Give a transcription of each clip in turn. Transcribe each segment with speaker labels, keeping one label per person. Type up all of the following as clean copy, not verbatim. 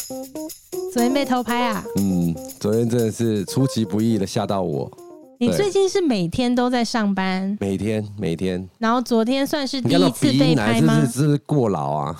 Speaker 1: 昨天被偷拍啊？
Speaker 2: 昨天真的是出其不意的吓到我。
Speaker 1: 你最近是每天都在上班？
Speaker 2: 每天。
Speaker 1: 然后昨天算是第一次被拍吗？
Speaker 2: 是不是过劳啊？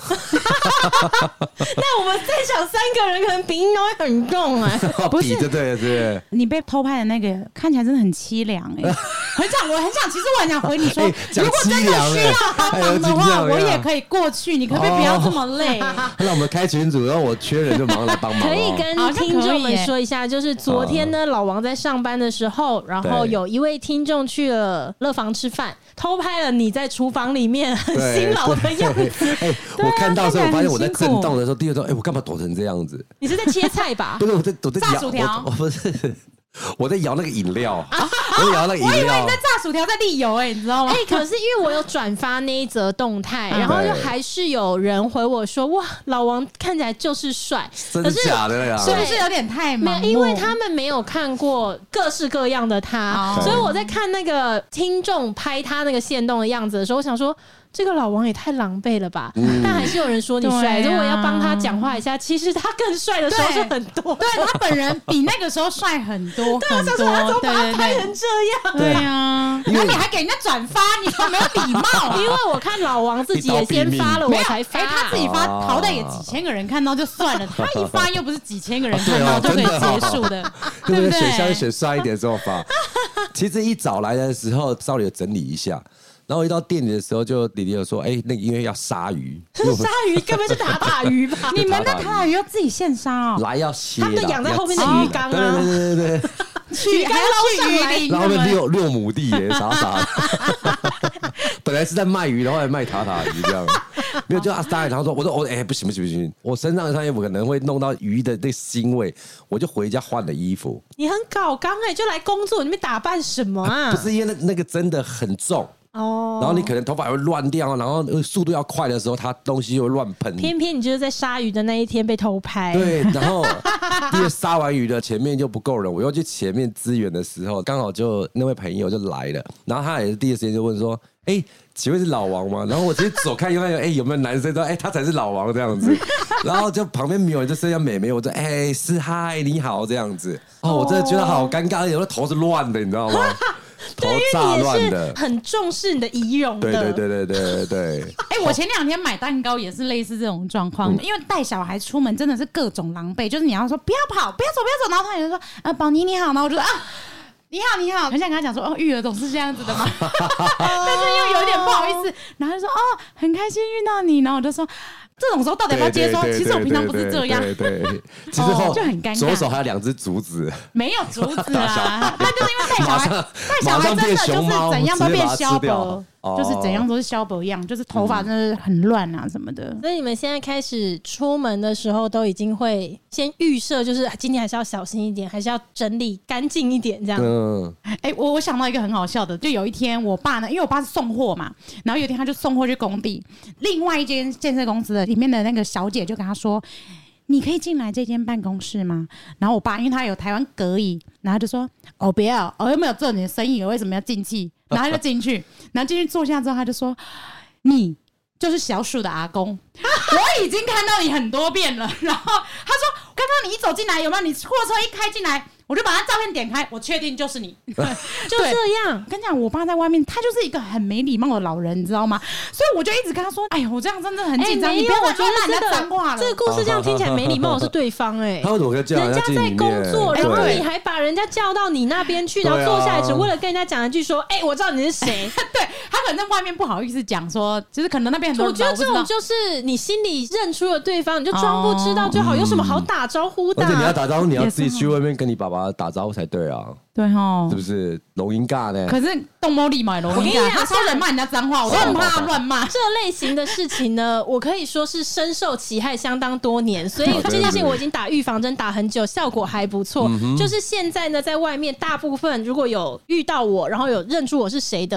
Speaker 1: 那我们在场3个人可能鼻音都会很重哎。
Speaker 2: 不是，对是。
Speaker 3: 你被偷拍的那个看起来真的很凄凉哎，我很想，其实我很想回你说，如果真的需要帮忙的话，我也可以过去，你可不可以不要这么累？
Speaker 2: 那我们开群组，然后我缺人就马上来帮忙。
Speaker 1: 可以跟听众们说一下，就是昨天呢，老王在上班的时候，然后有一位听众去了乐坊吃饭，偷拍了你在厨房里面很辛劳的样子。
Speaker 2: 我看到的时候，我发现我在震动的时候，第二周，我干嘛抖成这样子？
Speaker 1: 你是在切菜吧？
Speaker 2: 不是，我在
Speaker 3: 炸薯条，
Speaker 2: 我不是。我在摇那个饮料，我在摇那个饮料。
Speaker 3: 我以为你在炸薯条，在沥油你知道吗？
Speaker 1: 可是因为我有转发那一则动态，然后就还是有人回我说：“哇，老王看起来就是帅。”
Speaker 2: 真的假的呀？
Speaker 3: 是不是有点太盲目？
Speaker 1: 因为他们没有看过各式各样的他，所以我在看那个听众拍他那个限动的样子的时候，我想说。这个老王也太狼狈了吧！但还是有人说你帅，如果要帮他讲话一下，其实他更帅的时候是很多。
Speaker 3: 对他本人比那个时候帅很多。
Speaker 1: 对，我想说他怎么把他拍成这样？
Speaker 3: 对啊，然后你还给人家转发，你很没有礼貌。
Speaker 1: 因为我看老王自己也先发了，我才发。
Speaker 3: 他自己发，好歹也几千个人看到就算了，他一发又不是几千个人看到就可以结束的，对不对？
Speaker 2: 选项选帅一点之后发。其实一早来的时候稍微有整理一下。然后一到店里的时候，就弟弟有说：“那个因为要杀鱼，
Speaker 1: 杀鱼根本是塔塔鱼吧？
Speaker 3: 你们的塔塔鱼要自己现杀哦，
Speaker 2: 来要切，
Speaker 1: 他们养在后面的鱼缸啊，
Speaker 2: 对，
Speaker 3: 鱼缸捞上来，
Speaker 2: 然后6亩地耶，傻。本来是在卖鱼，然后来卖塔塔鱼这样，没有就杀，然后说，我说不行，我身上的上衣服可能会弄到鱼的那腥味，我就回家换了衣服。
Speaker 1: 你很搞刚就来工作，你们打扮什么啊？
Speaker 2: 不是因为那个真的很重。然后你可能头发会乱掉，然后速度要快的时候，它东西又乱喷。
Speaker 1: 偏偏你就是在杀鱼的那一天被偷拍。
Speaker 2: 对，然后因为杀完鱼的前面就不够人，我又去前面支援的时候，刚好就那位朋友就来了，然后他也是第一时间就问说：“请问是老王吗？”然后我直接左看右看，有没有男生说：“他才是老王这样子。”然后就旁边没有人，就剩下美眉，我说：“是嗨，你好这样子。”我真的觉得好尴尬，而且我的头是乱的，你知道吗？头炸乱的，
Speaker 1: 很重视你的仪容的。
Speaker 2: 对。
Speaker 3: 我前2天买蛋糕也是类似这种状况，因为带小孩出门真的是各种狼狈，就是你要说不要跑，不要走，然后他也就说宝妮你好，然后我就说你好，很想跟他讲说育儿总是这样子的嘛，但是又有点不好意思，然后就说很开心遇到你，然后我就说。这种时候到底要不要接说？其实我平常不是这样。
Speaker 2: 对，其实后
Speaker 3: 就很尴尬。
Speaker 2: 左手还有2只竹子，
Speaker 3: 没有竹子啦，那就是因为带小孩真的就是怎样都变消薄，就是怎样都是消薄样，就是头发真的很乱啊什么的。
Speaker 1: 所以你们现在开始出门的时候，都已经会先预设，就是今天还是要小心一点，还是要整理干净一点这样。
Speaker 3: 我想到一个很好笑的，就有一天我爸呢，因为我爸是送货嘛，然后有一天他就送货去工地，另外一间建设公司的里面的那个小姐就跟他说：“你可以进来这间办公室吗？”然后我爸因为他有台湾隔离，然后就说：“不要，又没有做你的生意，为什么要进去？”然后他就进去，然后进去坐下之后，他就说：“你就是小鼠的阿公，我已经看到你很多遍了。”然后他说：“刚刚你一走进来，有没有？你货车一开进来。”我就把他照片点开，我确定就是你，就
Speaker 1: 这样。
Speaker 3: 跟你讲，我爸在外面，他就是一个很没礼貌的老人，你知道吗？所以我就一直跟他说：“哎呀，我这样真的很紧张，你不要再骂人家脏话了。”
Speaker 1: 这个故事这样听起来没礼貌的是对方
Speaker 2: 他为什么可以叫人家
Speaker 1: 在工作，然后你还把人家叫到你那边去，然后坐下来只为了跟人家讲一句说：“我知道你是谁。”
Speaker 3: 对，他可能在外面不好意思讲说，其实可能那边很多人。
Speaker 1: 我觉得这种就是你心里认出了对方，你就装不知道就好，有什么好打招呼的？
Speaker 2: 而且你要打招呼，你要自己去外面跟你爸爸打招呼才对。对啊，
Speaker 3: 对齁，
Speaker 2: 是不是龙吟尬呢？
Speaker 3: 可是动猫立马龙吟尬，他超人骂人家脏话，我都很怕他乱骂。
Speaker 1: 这类型的事情呢，我可以说是深受其害相当多年，所以这件事情我已经打预防针打很久，效果还不错。就是现在呢，在外面大部分如果有遇到我，然后有认出我是谁的。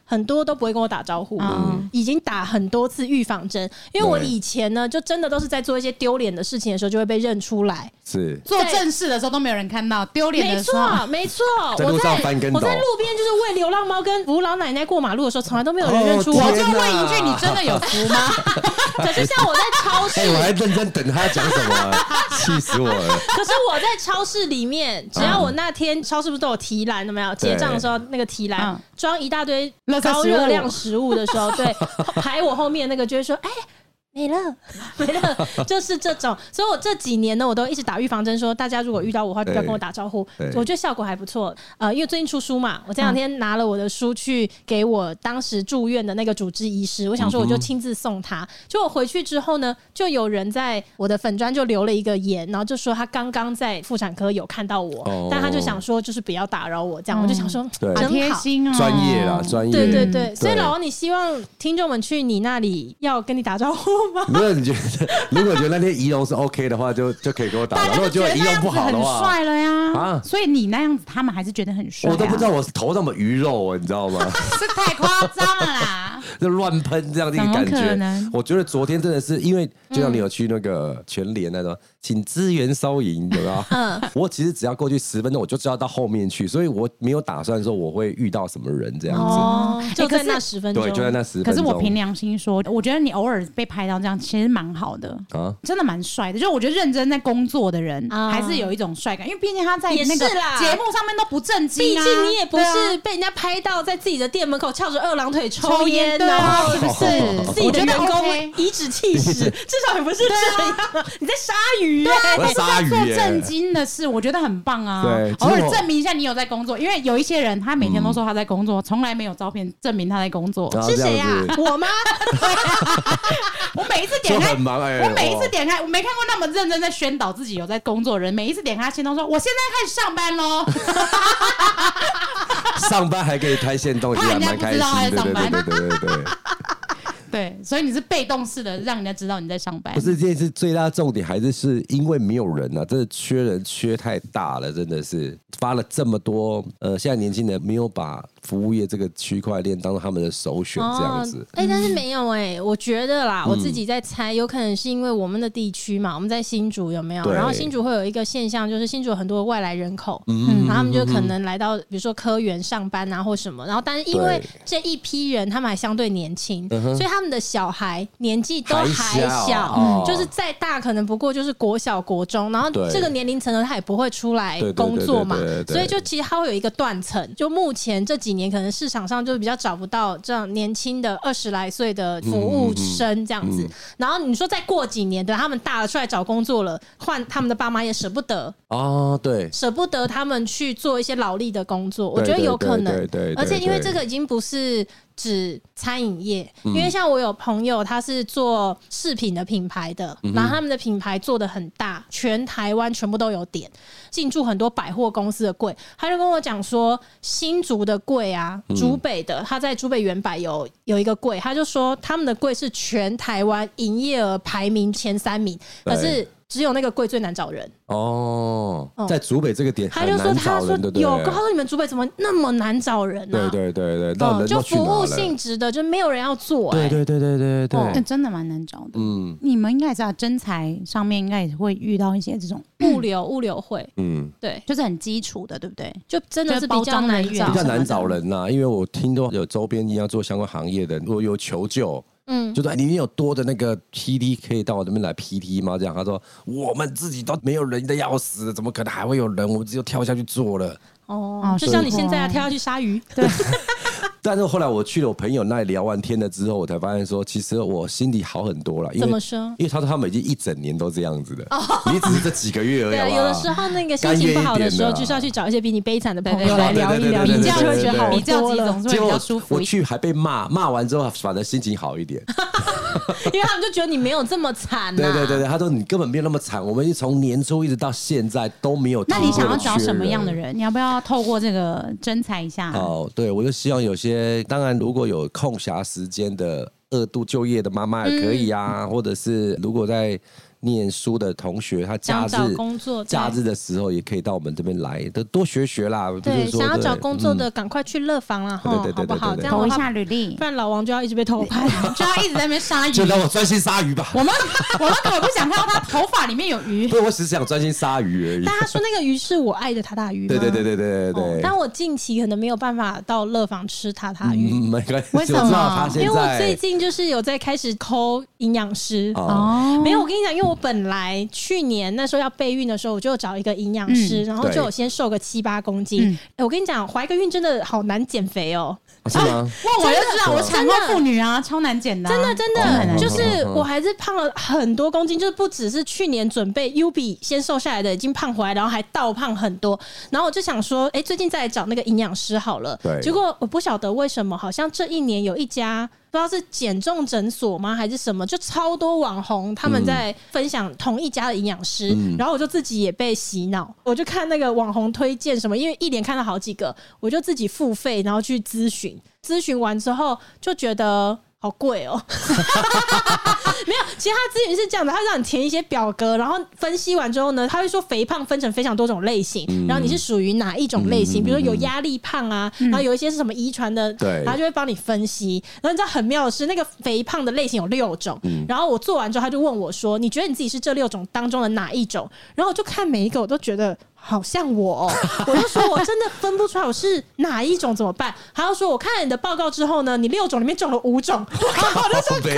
Speaker 1: 很多都不会跟我打招呼，已经打很多次预防针。因为我以前呢，就真的都是在做一些丢脸的事情的时候，就会被认出来。
Speaker 2: 是
Speaker 3: 做正事的时候都没有人看到，丢脸的时候
Speaker 1: 没错，
Speaker 2: 在路上翻跟斗。
Speaker 1: 我在路边就是喂流浪猫跟扶老奶奶过马路的时候，从来都没有人认出我。
Speaker 3: 我就问一句，你真的有福吗？
Speaker 1: 可是像我在超市，
Speaker 2: 我还认真等他讲什么，气死我了。
Speaker 1: 可是我在超市里面，只要我那天超市不是都有提篮的没有？结账的时候那个提篮装一大堆高热量食物的时候，对，排我后面那个就会说，哎。没了，就是这种。所以我这几年呢，我都一直打预防针，说大家如果遇到我的话，就不要跟我打招呼。我觉得效果还不错。因为最近出书嘛，我这两天拿了我的书去给我当时住院的那个主治医师，我想说我就亲自送他。就我回去之后呢，就有人在我的粉专就留了一个言，然后就说他刚刚在妇产科有看到我，但他就想说就是不要打扰我这样。我就想说
Speaker 3: 很贴心哦，
Speaker 2: 专业啦，专业。
Speaker 1: 对。所以老王，你希望听众们去你那里要跟你打招呼？
Speaker 2: 没有，你觉得如果觉得那天仪容是 OK 的话，就可以给我打。如果觉得仪容不好的话，
Speaker 3: 很帅了呀。所以你那样子，他们还是觉得很帅。
Speaker 2: 我都不知道我头那么鱼肉，你知道吗？
Speaker 3: 是太夸张了啦，
Speaker 2: 就乱喷这样的一个感觉。我觉得昨天真的是因为，就像你有去那个全联那种，请支援收银，对吧？我其实只要过去10分钟，我就知道到后面去，所以我没有打算说我会遇到什么人这样子。
Speaker 1: 就在那10分钟，
Speaker 2: 对，就在那10分钟。
Speaker 3: 可是我凭良心说，我觉得你偶尔被拍到这样，其实蛮好的啊，真的蛮帅的。就我觉得认真在工作的人，还是有一种帅感，因为毕竟他在那个节目上面都不正经啊。
Speaker 1: 毕竟你也不是被人家拍到在自己的店门口翘着2郎腿抽烟，然后是不是自己的员工颐指气使，至少也不是这样。你在鲨鱼，
Speaker 2: 我鲨鱼
Speaker 3: 做正经的事，我觉得很棒啊。偶尔证明一下你有在工作，因为有一些人他每天都说他在工作，从来没有照片证明他在工作。
Speaker 1: 是谁呀？我吗？
Speaker 3: 我每一次点开，我每一次点开，我没看过那么认真在宣导自己有在工作的人。每一次点开线动说，我现在开始上班喽。
Speaker 2: 上班还可以开线动，其实还蛮开心的。对。
Speaker 3: 对，所以你是被动式的让人家知道你在上班。
Speaker 2: 不是，这件事最大的重点还是因为没有人啊，真的缺人缺太大了，真的是发了这么多。现在年轻人没有把服务业这个区块链当做他们的首选这样子。
Speaker 1: 但是没有我觉得啦，我自己在猜，有可能是因为我们的地区嘛，我们在新竹有没有？然后新竹会有一个现象，就是新竹有很多外来人口，然后他们就可能来到比如说科园上班啊或什么，然后但是因为这一批人他们还相对年轻，所以他们的小孩年纪都还小，就是再大可能不过就是国小国中，然后这个年龄层呢他也不会出来工作嘛，所以就其实他会有一个断层。就目前这几年可能市场上就比较找不到这样年轻的20来岁的服务生这样子，然后你说再过几年等他们大了出来找工作了，换他们的爸妈也舍不得对，舍不得他们去做一些劳力的工作，我觉得有可能。而且因为这个已经不是指餐饮业，因为像我有朋友他是做饰品的品牌的，然后他们的品牌做得很大，全台湾全部都有点，进驻很多百货公司的柜。他就跟我讲说，新竹的柜啊，竹北的，他在竹北原百有一个柜，他就说他们的柜是全台湾营业额排名前3名，可是只有那个柜最难找人
Speaker 2: 在竹北这个点，
Speaker 1: 他就说他说你们竹北怎么那么难找人啊？
Speaker 2: 对，
Speaker 1: 就服务性质的，就没有人要做。
Speaker 2: 对，
Speaker 3: 真的蛮难找的。你们应该也知道，真材上面应该也会遇到一些这种物流会，对，就是很基础的，对不对？就真的是比较
Speaker 2: 难找人呐，因为我听到有周边一样做相关行业的，如果有求救。就说你有多的那个 PT 可以到我这边来 PT 吗？这样他说我们自己都没有人的要死，怎么可能还会有人？我们只有跳下去做了。
Speaker 1: 就像你现在跳下去杀鱼，对。
Speaker 2: 但是后来我去了我朋友那里聊完天了之后，我才发现说，其实我心里好很多了。
Speaker 1: 怎么说？
Speaker 2: 因为他说他们已经1整年都这样子的，你只是这几个月而已。
Speaker 1: 对，有的时候那个心情不好的时候，就是要去找一些比你悲惨的朋友来聊一聊，比较会觉得好多了。
Speaker 3: 结果比较舒服。
Speaker 2: 我去还被骂完之后，反而心情好一点，
Speaker 1: 因为他们就觉得你没有这么惨。
Speaker 2: 对，他说你根本没有那么惨，我们从年初一直到现在都没有。
Speaker 3: 那你想要找什么样的人？你要不要透过这个征才一下？
Speaker 2: 对，我就希望有些，当然如果有空暇时间的 2度就业的妈妈也可以啊，或者是如果在念书的同学，他假日的时候也可以到我们这边来，多学学啦。
Speaker 1: 对，想要找工作的赶快去乐坊啦，好不好？这样
Speaker 3: 投一下履历，
Speaker 1: 不然老王就要一直被偷拍，
Speaker 3: 就要一直在那边杀鱼。
Speaker 2: 就让我专心杀鱼吧。
Speaker 3: 我们可不想看到他头发里面有鱼。
Speaker 2: 不是，我只是想专心杀鱼而已。
Speaker 1: 但他说那个鱼是我爱的塔塔鱼吗？
Speaker 2: 对。
Speaker 1: 但我近期可能没有办法到乐坊吃塔塔鱼，
Speaker 2: 没关系。
Speaker 3: 为什么？
Speaker 1: 因为我最近就是有在开始抠营养师。没有，我跟你讲，因为我本来去年那时候要备孕的时候，我就找一个营养师，然后就有先瘦个7-8公斤。我跟你讲，怀个孕真的好难减肥哦。
Speaker 2: 是吗？
Speaker 3: 问我就知道，我产后妇女啊，超难减的。
Speaker 1: 真的，就是我还是胖了很多公斤，就是不只是去年准备 UB 先瘦下来的，已经胖回来，然后还倒胖很多。然后我就想说，最近再来找那个营养师好了。结果我不晓得为什么，好像这一年有一家。不知道是减重诊所吗还是什么，就超多网红他们在分享同一家的营养师，然后我就自己也被洗脑，我就看那个网红推荐什么，因为一连看了好几个，我就自己付费然后去咨询完之后就觉得好贵哦。没有，其实他咨询是这样的，他让你填一些表格，然后分析完之后呢，他会说肥胖分成非常多种类型，然后你是属于哪一种类型，比如说有压力胖啊，然后有一些是什么遗传的，然后就会帮你分析。然后你知道很妙的是，那个肥胖的类型有6种，然后我做完之后他就问我说，你觉得你自己是这6种当中的哪一种？然后我就看每一个我都觉得好像我哦，我就说我真的分不出来我是哪一种怎么办？他就说我看了你的报告之后呢，你6种里面中了5种，我就说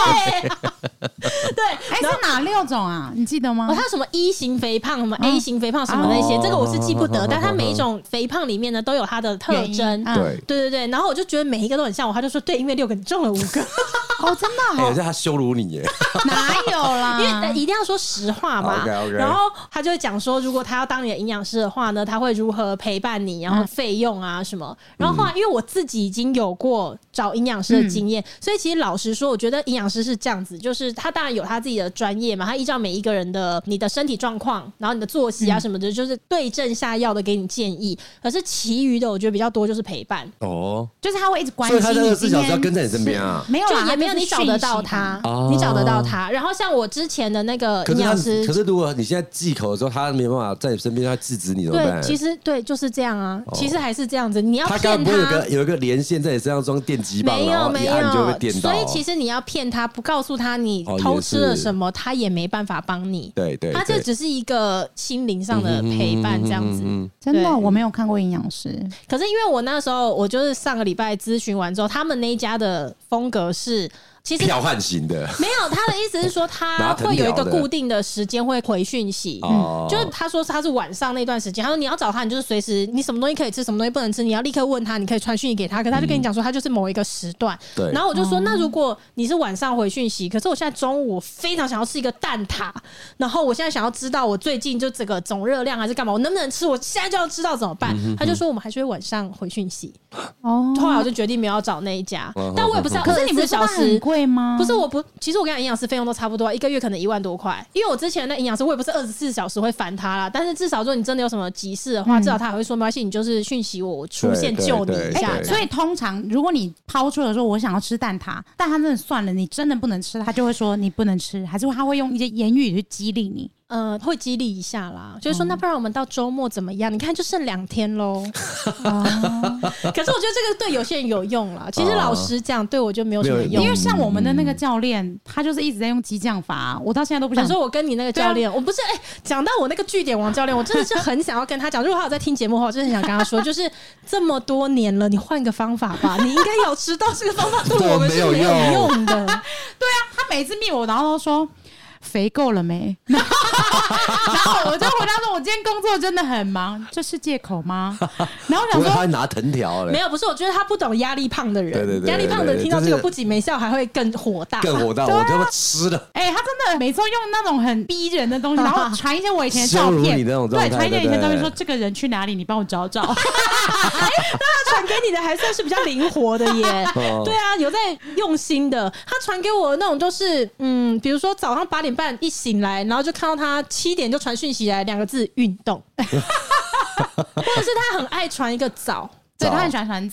Speaker 1: 对，
Speaker 3: 是哪6种啊？你记得吗？
Speaker 1: 他什么1型肥胖，什么 A 型肥胖，什么那些，这个我是记不得，但他每一种肥胖里面呢都有它的特征，对。然后我就觉得每一个都很像我，他就说对，因为6个你中了5个，
Speaker 3: 哦，真的，
Speaker 2: 是他羞辱你耶？
Speaker 3: 哪有啦？
Speaker 1: 因为一定要说实话嘛。然后他就会讲说，如果他要当你的营养师的话呢，他会如何陪伴你，然后费用啊什么。然后后来因为我自己已经有过找营养师的经验，所以其实老实说，我觉得营养师是这样子，就是他当然有他自己的专业嘛，他依照每一个人的你的身体状况，然后你的作息啊什么的，就是对症下药的给你建议。可是其余的我觉得比较多就是陪伴
Speaker 2: 哦，
Speaker 3: 就是他会一直关心你，
Speaker 2: 所以他24小时要跟在你身边啊，
Speaker 3: 没有啦，
Speaker 1: 也没有你找得到他，你找得到他。然后像我之前的那个营养师，
Speaker 2: 可是如果你现在忌口的时候，他没办法在你身边，他制止你怎么办？
Speaker 1: 对，其实对就是这样啊，其实还是这样子。你要骗
Speaker 2: 他刚不会有一个连线在你身上装电击棒，
Speaker 1: 没有，
Speaker 2: 你就会被电到。
Speaker 1: 所以其实你要骗他，不告诉他你偷吃了什么，他也没办法帮你。
Speaker 2: 对，
Speaker 1: 他这只是一个心灵上的陪伴，这样子。
Speaker 3: 真的，我没有看过营养师。
Speaker 1: 可是因为我那时候，我就是上个礼拜咨询完之后，他们那一家的风格是。其实
Speaker 2: 剽悍型的
Speaker 1: 没有，他的意思是说他会有一个固定的时间会回讯息，就是他说他是晚上那段时间，他说你要找他，你就是随时你什么东西可以吃，什么东西不能吃，你要立刻问他，你可以传讯息给他，可他就跟你讲说他就是某一个时段。
Speaker 2: 对，
Speaker 1: 然后我就说那如果你是晚上回讯息，可是我现在中午我非常想要吃一个蛋挞，然后我现在想要知道我最近就这个总热量还是干嘛，我能不能吃，我现在就要知道怎么办？他就说我们还是会晚上回讯息。哦，后来我就决定没有找那一家，但我也不知道24小时
Speaker 3: 贵吗？
Speaker 1: 不是，我不，其实我跟你讲，营养师费用都差不多，一个月可能1万多块。因为我之前那营养师，我也不是24小时会烦他啦，但是至少如果你真的有什么急事的话，至少他还会说没关系，你就是讯息我出现救你一下。
Speaker 3: 所以通常如果你抛出了说我想要吃蛋挞，但他真的算了，你真的不能吃，他就会说你不能吃，还是他会用一些言语去激励你。
Speaker 1: 会激励一下啦，就是说那不然我们到周末怎么样？你看就剩2天咯。可是我觉得这个对有些人有用啦，其实老实讲对我就没有什么用，
Speaker 3: 因为像我们的那个教练，他就是一直在用激将法，我到现在都不想
Speaker 1: 说我跟你那个教练，我不是讲到我那个据点王教练，我真的是很想要跟他讲，如果他有在听节目的话，我真的很想跟他说，就是这么多年了，你换个方法吧，你应该有知道这个方法对我们是没有用的。对
Speaker 3: 啊，他每次密我，然后都说肥够了没？然后我就回答说：“我今天工作真的很忙，这是借口吗？”然后我想说，
Speaker 2: 他会拿藤条嘞，
Speaker 1: 没有，不是，我觉得他不懂压力胖的人，压力胖的人听到这个不仅没笑，还会更火大，
Speaker 2: 我他妈吃了。
Speaker 3: 他真的每次用那种很逼人的东西，然后传一些我以前的照片，对，传一些以前的照片，说这个人去哪里，你帮我找找。那
Speaker 1: 他传给你的还算是比较灵活的耶，对啊，有在用心的。他传给我的那种都是，比如说早上8点半一醒来，然后就看到他7点就传讯息来2个字运动，或者是他很爱传一个早，
Speaker 3: 对，他很喜欢传早。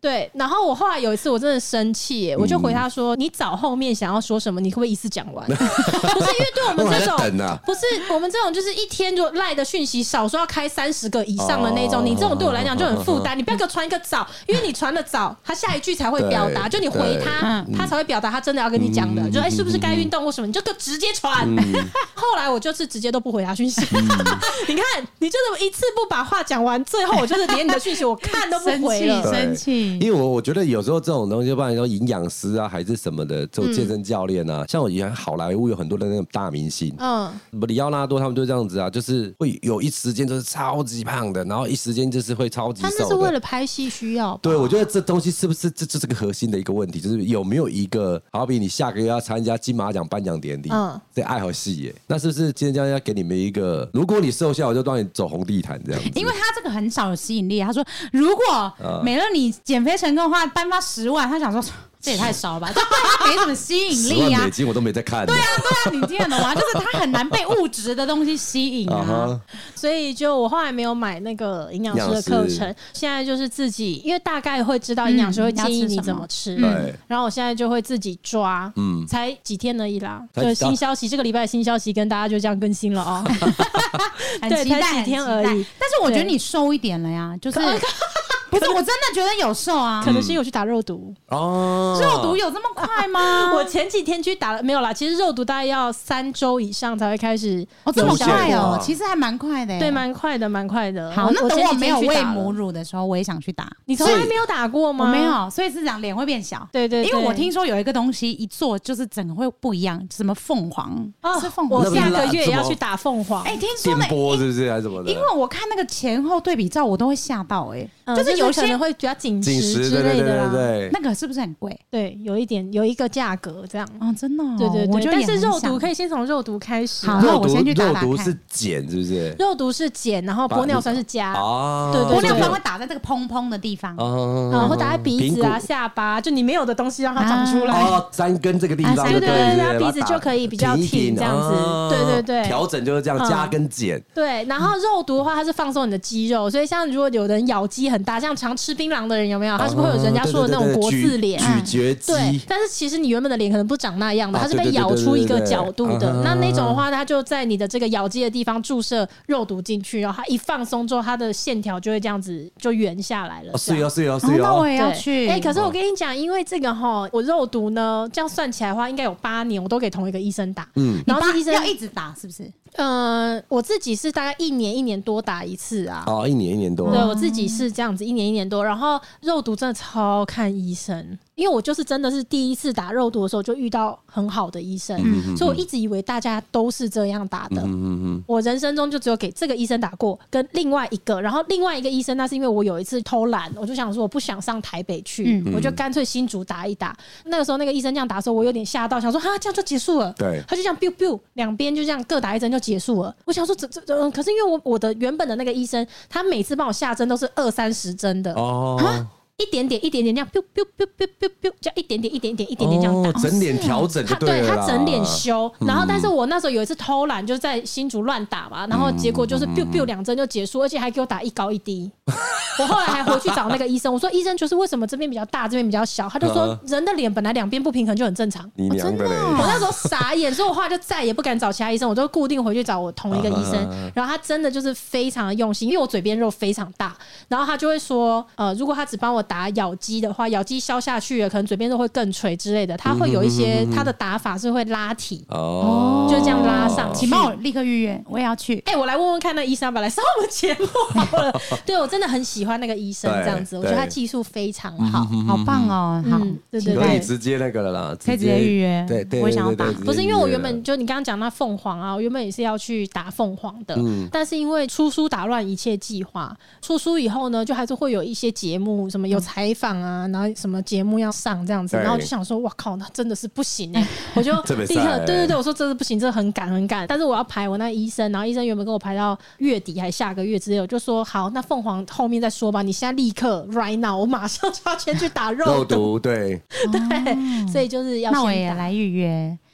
Speaker 1: 对，然后我后来有一次我真的生气，我就回他说：“你找后面想要说什么，你可不可以一次讲完？”不是因为对我们这种，不是我们这种，就是一天就赖的讯息少说要开30个以上的那种，你这种对我来讲就很负担。你不要给我传一个早，因为你传的早，他下一句才会表达，就你回他，他才会表达他真的要跟你讲的，就是不是该运动或什么，你就直接传。后来我就是直接都不回他讯息。你看，你就是一次不把话讲完，最后我就是连你的讯息我看都不回了，
Speaker 3: 生气。
Speaker 2: 因为我觉得有时候这种东西，不然说营养师啊，还是什么的，这种健身教练啊，像我以前好莱坞有很多的那种大明星，什么里奥纳多他们就这样子啊，就是会有一时间就是超级胖的，然后一时间就是会超级瘦的。
Speaker 1: 他那是为了拍戏需要。
Speaker 2: 对，我觉得这东西是不是这就是个核心的一个问题，就是有没有一个，好比你下个月要参加金马奖颁奖典礼，这爱好戏耶，那是不是今天这样要给你们一个，如果你瘦下，我就让你走红地毯这样子？
Speaker 3: 因为他这个很少有吸引力，他说如果美乐你减肥成功的话，颁发10万，他想说。这也太少了吧，这对他没什么吸引力啊。10
Speaker 2: 万美金我都没在看。
Speaker 3: 对啊，你听得懂吗？就是他很难被物质的东西吸引啊。
Speaker 1: 所以就我后来没有买那个营养师的课程，现在就是自己，因为大概会知道营养师会建议你怎么吃，然后我现在就会自己抓，才几天而已啦。就新消息，这个礼拜的新消息跟大家就这样更新了哦。对，才几天而已。
Speaker 3: 但是我觉得你瘦一点了呀，就是。不是，我真的觉得有瘦啊，
Speaker 1: 可能是因为我去打肉毒
Speaker 3: 哦。肉毒有这么快吗？
Speaker 1: 我前几天去打了，没有啦。其实肉毒大概要3周以上才会开始
Speaker 3: 这么快哦，其实还蛮快的。
Speaker 1: 对，蛮快的，蛮快的。
Speaker 3: 好，那等我没有喂母乳的时候，我也想去打。
Speaker 1: 你从来没有打过吗？
Speaker 3: 我没有，所以是讲脸会变小。
Speaker 1: 对对，
Speaker 3: 因为我听说有一个东西一做就是整个会不一样，什么凤凰是凤凰。
Speaker 1: 我下个月也要去打凤凰。
Speaker 3: 哎，听说
Speaker 2: 电波是不是还是什么的？
Speaker 3: 因为我看那个前后对比照，我都会吓到
Speaker 1: 就是有可能会比较紧实之类的啦。
Speaker 3: 那个是不是很贵？
Speaker 1: 对，有一个价格这样
Speaker 3: 啊，真的。
Speaker 1: 对对对，但是肉毒可以先从肉毒开始。
Speaker 3: 好，那我先去打打看。
Speaker 2: 肉毒是碱是不是？
Speaker 1: 肉毒是碱，然后玻尿酸是加。哦，对对，
Speaker 3: 玻尿酸会打在这个砰砰的地方，
Speaker 1: 然后打在鼻子啊、下巴，就你没有的东西让它长出来。
Speaker 2: 哦，山根这个地方，
Speaker 1: 对对对，它鼻子就可以比较挺这样子。对对对，
Speaker 2: 调整就是这样，加跟减。
Speaker 1: 对，然后肉毒的话，它是放松你的肌肉，所以像如果有人咬肌很大，像常吃槟榔的人有没有？他是不是会有人家说的那种国字脸？
Speaker 2: 咀嚼肌。
Speaker 1: 对，但是其实你原本的脸可能不长那样的，它是被咬出一个角度的。那种的话，它就在你的这个咬肌的地方注射肉毒进去，然后它一放松之后，它的线条就会这样子就圆下来了。
Speaker 2: 是哦。
Speaker 3: 那我也要去。
Speaker 1: 可是我跟你讲，因为这个我肉毒呢，这样算起来的话，应该有8年我都给同一个医生打。然后这医生
Speaker 3: 要一直打，是不是？
Speaker 1: 我自己是大概1年多打一次啊。
Speaker 2: 哦，1年多。
Speaker 1: 对，我自己是这样子，1年多。然后肉毒真的超看医生，因为我就是真的是第一次打肉毒的时候就遇到很好的医生，所以我一直以为大家都是这样打的。我人生中就只有给这个医生打过，跟另外一个，然后另外一个医生，那是因为我有一次偷懒，我就想说我不想上台北去，我就干脆新竹打一打。那个时候那个医生这样打的时候，我有点吓到，想说这样就结束了。
Speaker 2: 对，
Speaker 1: 他就这样 biu biu 两边就这样各打一针就结束了。我想说可是因为我的原本的那个医生，他每次帮我下针都是20-30针的哦。一点点这样 biu biu biu biu biu biu 这样一点点这样打，
Speaker 2: 整脸调整就对了。
Speaker 1: 他整脸修，然后但是我那时候有一次偷懒，就在新竹乱打嘛，然后结果就是 biu biu 2针就结束，而且还给我打一高一低。我后来还回去找那个医生，我说医生就是为什么这边比较大，这边比较小？他就说人的脸本来两边不平衡就很正常。
Speaker 2: 你娘的嘞！
Speaker 1: 我那时候傻眼，所以我后来就再也不敢找其他医生，我就固定回去找我同一个医生。然后他真的就是非常的用心，因为我嘴边肉非常大，然后他就会说，如果他只帮我打咬肌的话，咬肌消下去了，可能嘴边肉会更垂之类的。他会有一些他的打法是会拉提，就这样拉上去。
Speaker 3: 请帮我立刻预约，我也要去。
Speaker 1: 我来问问看那医生要不要来上我们节目好了。对，我真的很喜欢那个医生这样子，我觉得他技术非常好，
Speaker 3: 好棒哦。好，
Speaker 1: 对对
Speaker 2: 对，可以直接那个了啦，
Speaker 3: 可以直接预约。
Speaker 2: 对对，
Speaker 3: 我想要打，
Speaker 1: 不是因为我原本就你刚刚讲那凤凰啊，我原本也是要去打凤凰的，但是因为出书打乱一切计划，出书以后呢，就还是会有一些节目，什么有采访啊，然后什么节目要上这样子，然后我就想说，哇靠，那真的是不行我就立刻对，我说这是不行，这很赶，但是我要排我那医生，然后医生原本跟我排到月底还下个月之类，我就说好，那凤凰后面再说吧，你现在立刻 right now， 我马上就要先去打肉毒，
Speaker 2: 对，
Speaker 1: 所以就是要先打。
Speaker 3: 那我也来预约。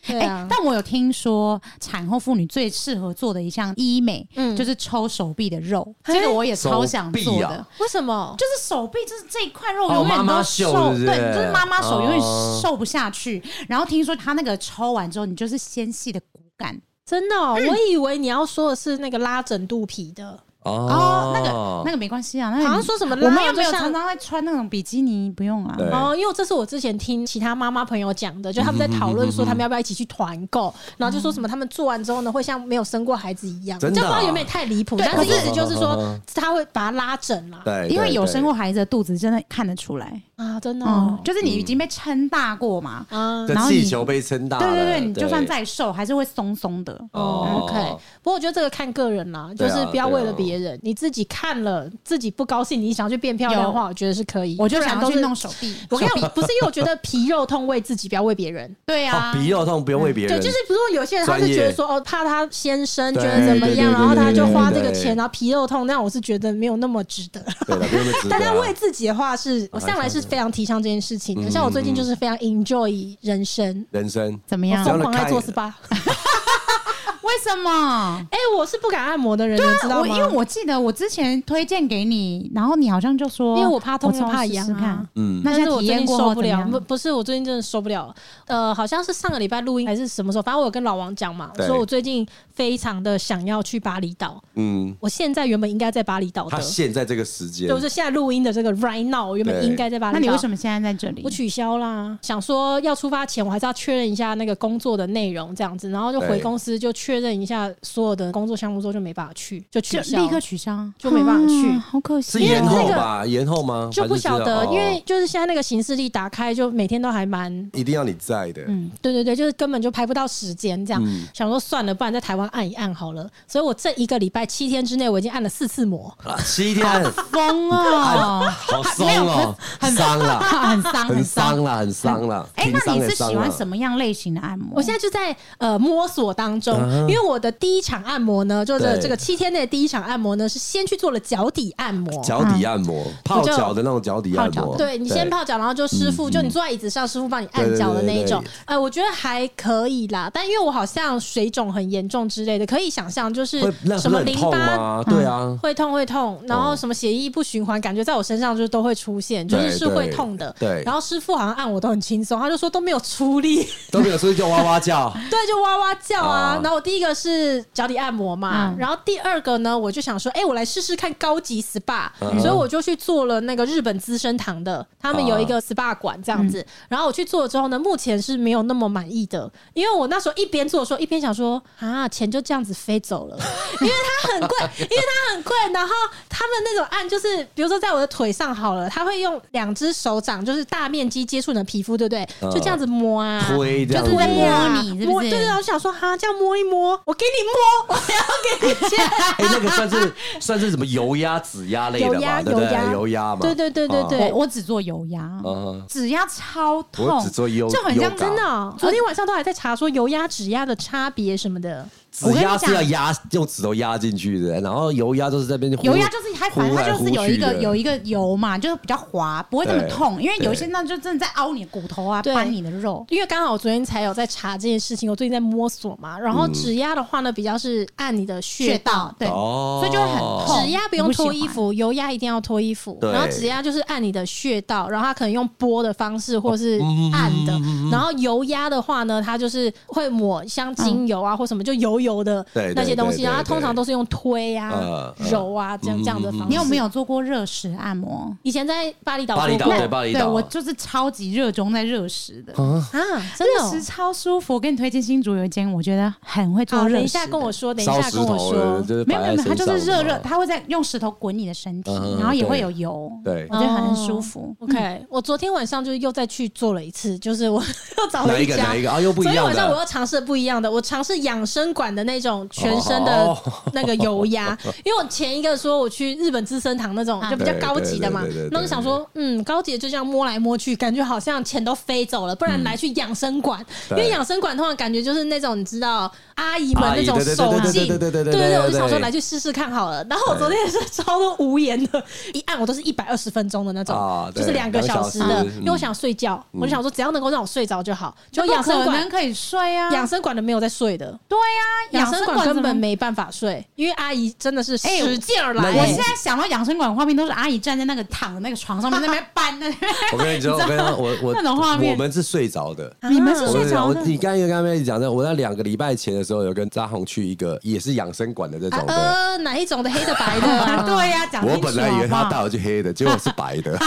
Speaker 1: 对啊。
Speaker 3: 但我有听说产后妇女最适合做的一项医美，就是抽手臂的肉，这个我也超想做的。
Speaker 1: 为什么？
Speaker 3: 就是手臂，就是这一块肉永远都瘦，对，就是妈妈手永远瘦不下去。然后听说他那个抽完之后，你就是纤细的骨感。
Speaker 1: 真的哦，我以为你要说的是那个拉整肚皮的。
Speaker 3: 那个没关系啊，
Speaker 1: 好像说什么
Speaker 3: 我们又没有常常在穿那种比基尼，不用啊。
Speaker 1: 因为这是我之前听其他妈妈朋友讲的，就他们在讨论说他们要不要一起去团购，然后就说什么他们做完之后呢，会像没有生过孩子一样。这样不知道有没有太离谱，但是意思就是说他会把它拉整啦。
Speaker 2: 对，
Speaker 3: 因为有生过孩子的肚子真的看得出来
Speaker 1: 啊，真的，
Speaker 3: 就是你已经被撑大过嘛，
Speaker 2: 然后气球被撑大了，
Speaker 3: 对，你就算再瘦还是会松松的。
Speaker 1: OK， 不过我觉得这个看个人啦，就是不要为了别人，你自己看了自己不高兴，你想要去变漂亮的话，我觉得是可以。
Speaker 3: 我就想要去弄手臂。
Speaker 1: 我跟你讲，不是因为我觉得皮肉痛为自己，不要为别人。
Speaker 3: 对啊，
Speaker 2: 皮肉痛不用为别人。
Speaker 1: 对，就是比如说有些人他是觉得说怕他先生觉得怎么样，然后他就花这个钱，然后皮肉痛，那我是觉得没有那么值得。大家为自己的话我向来是非常提倡这件事情的。像我最近就是非常 enjoy 人生
Speaker 3: 怎么样？
Speaker 1: 疯狂爱做 SPA。
Speaker 3: 为什么？
Speaker 1: 我是不敢按摩的人，你知道吗？
Speaker 3: 因为我记得我之前推荐给你，然后你好像就说，
Speaker 1: 因为我怕痛又怕痒啊。
Speaker 3: 那
Speaker 1: 但是我最近受不了，
Speaker 3: 不
Speaker 1: 是我最近真的受不了。好像是上个礼拜录音还是什么时候，反正我有跟老王讲嘛，说我最近非常的想要去巴厘岛。我现在原本应该在巴厘岛的，
Speaker 2: 他现在这个时间，
Speaker 1: 就是现在录音的这个 right now， 我原本应该在巴厘岛。
Speaker 3: 那你为什么现在在这里？
Speaker 1: 我取消啦，想说要出发前我还是要确认一下那个工作的内容这样子，然后就回公司就确认一下所有的工作项目之后就没办法去，就取消，
Speaker 3: 立刻取消，
Speaker 1: 就没办法去，
Speaker 3: 好可惜。
Speaker 2: 是延后吧？延后吗？
Speaker 1: 就不晓得，因为就是现在那个行事历打开，就每天都还蛮
Speaker 2: 一定要你在的。
Speaker 1: 对，就是根本就排不到时间这样。想说算了，不然在台湾按一按好了。所以我这一个礼拜7天之内，我已经按了4次摩。
Speaker 2: 7天，
Speaker 3: 疯哦，
Speaker 2: 好松哦，很伤了，很伤了。
Speaker 3: 那你是喜欢什么样类型的按摩？
Speaker 1: 我现在就在摸索当中，因为我的第一场按摩呢，就是这个7天内的第一场按摩呢，是先去做了脚底按摩，泡脚的那种脚底按摩。对，你先泡脚，然后就师傅就你坐在椅子上，师傅帮你按脚的那一种。我觉得还可以啦，但因为我好像水肿很严重之类的，可以想象就是什么淋巴，
Speaker 2: 对啊，
Speaker 1: 会痛，然后什么血液不循环，感觉在我身上就是都会出现，就是会痛的。
Speaker 2: 对，
Speaker 1: 然后师傅好像按我都很轻松，他就说都没有出力
Speaker 2: 就哇哇叫，
Speaker 1: 对，就哇哇叫啊。然后我第一个是脚底按摩嘛，然后第二个呢，我就想说，我来试试看高级 SPA，所以我就去做了那个日本资生堂的，他们有一个 SPA 馆这样子。然后我去做了之后呢，目前是没有那么满意的，因为我那时候一边做的时候一边想说钱就这样子飞走了，因为它很贵，然后他们那种按就是比如说在我的腿上好了，他会用2只手掌就是大面积接触你的皮肤，对不对？就这样子摸啊，
Speaker 2: 推这样子
Speaker 3: 就是在摸你，是不是？
Speaker 1: 对，然后想说这样摸一摸，我给你摸，我要给你切。
Speaker 2: 那个算是什么油压、指压类的嘛？对不对？油压嘛。
Speaker 1: 对，
Speaker 3: 我只做油压，指压超痛，
Speaker 2: 我只做油，
Speaker 1: 就很像真的。昨天晚上都还在查说油压、指压的差别什么的。
Speaker 2: 指压是要用指头压进去的，然后油压都是在边
Speaker 3: 油压就是反正它就是有一个油嘛，就是比较滑，不会这么痛。因为有一些那就真的在凹你的骨头啊，搬你的肉。因为刚好我昨天才有在查这件事情，我最近在摸索嘛。然后指压的话呢，比较是按你的穴道，对，所以就会很痛。指压不用脱衣服，油压一定要脱衣服。然后指压就是按你的穴道，然后它可能用拨的方式或是按的。然后油压的话呢，它就是会抹像精油啊或什么就油的那些东西，然后它通常都是用推啊、揉啊这样的方式。你有没有做过热石按摩？以前在巴厘岛做过，对，我就是超级热衷在热石的真的热石超舒服。我给你推荐新竹有一间，我觉得很会做热石。等一下跟我说，没有，它就是热，它会在用石头滚你的身体，然后也会有油，对，我觉得很舒服。OK， 我昨天晚上就又再去做了一次，就是我又找了一家，
Speaker 2: 哪一个又不一样的。
Speaker 1: 昨天晚上我又尝试不一样的，我尝试养生馆管的那种全身的那个油压，因为我前一个说我去日本资生堂那种就比较高级的嘛，那我就想说，高级的就这样摸来摸去，感觉好像钱都飞走了，不然来去养生馆，因为养生馆通常感觉就是那种你知道阿姨们那种手劲，对，我就想说来去试试看好了。然后我昨天也是超多无言的，一按我都是120分钟的那种，就是2个小时的，因为我想睡觉，我就想说只要能够让我睡着就好。就养生馆
Speaker 3: 可以睡啊，
Speaker 1: 养生馆的没有在睡的，
Speaker 3: 对啊，
Speaker 1: 养生馆根本没办法睡，因为阿姨真的是使劲来。
Speaker 3: 我现在想到养生馆画面都是阿姨站在那个躺的那个床上面那边搬的。
Speaker 2: 我跟你说，我
Speaker 3: 那种画面，
Speaker 2: 我们是睡着的，
Speaker 3: 你们是睡着的。
Speaker 2: 你刚才讲的，我在2个礼拜前的时候有跟扎红去一个也是养生馆的这种的，
Speaker 1: 哪一种的黑的白的？
Speaker 3: 对呀，讲清楚。
Speaker 2: 我本来以为他带我去黑的，结果是白的，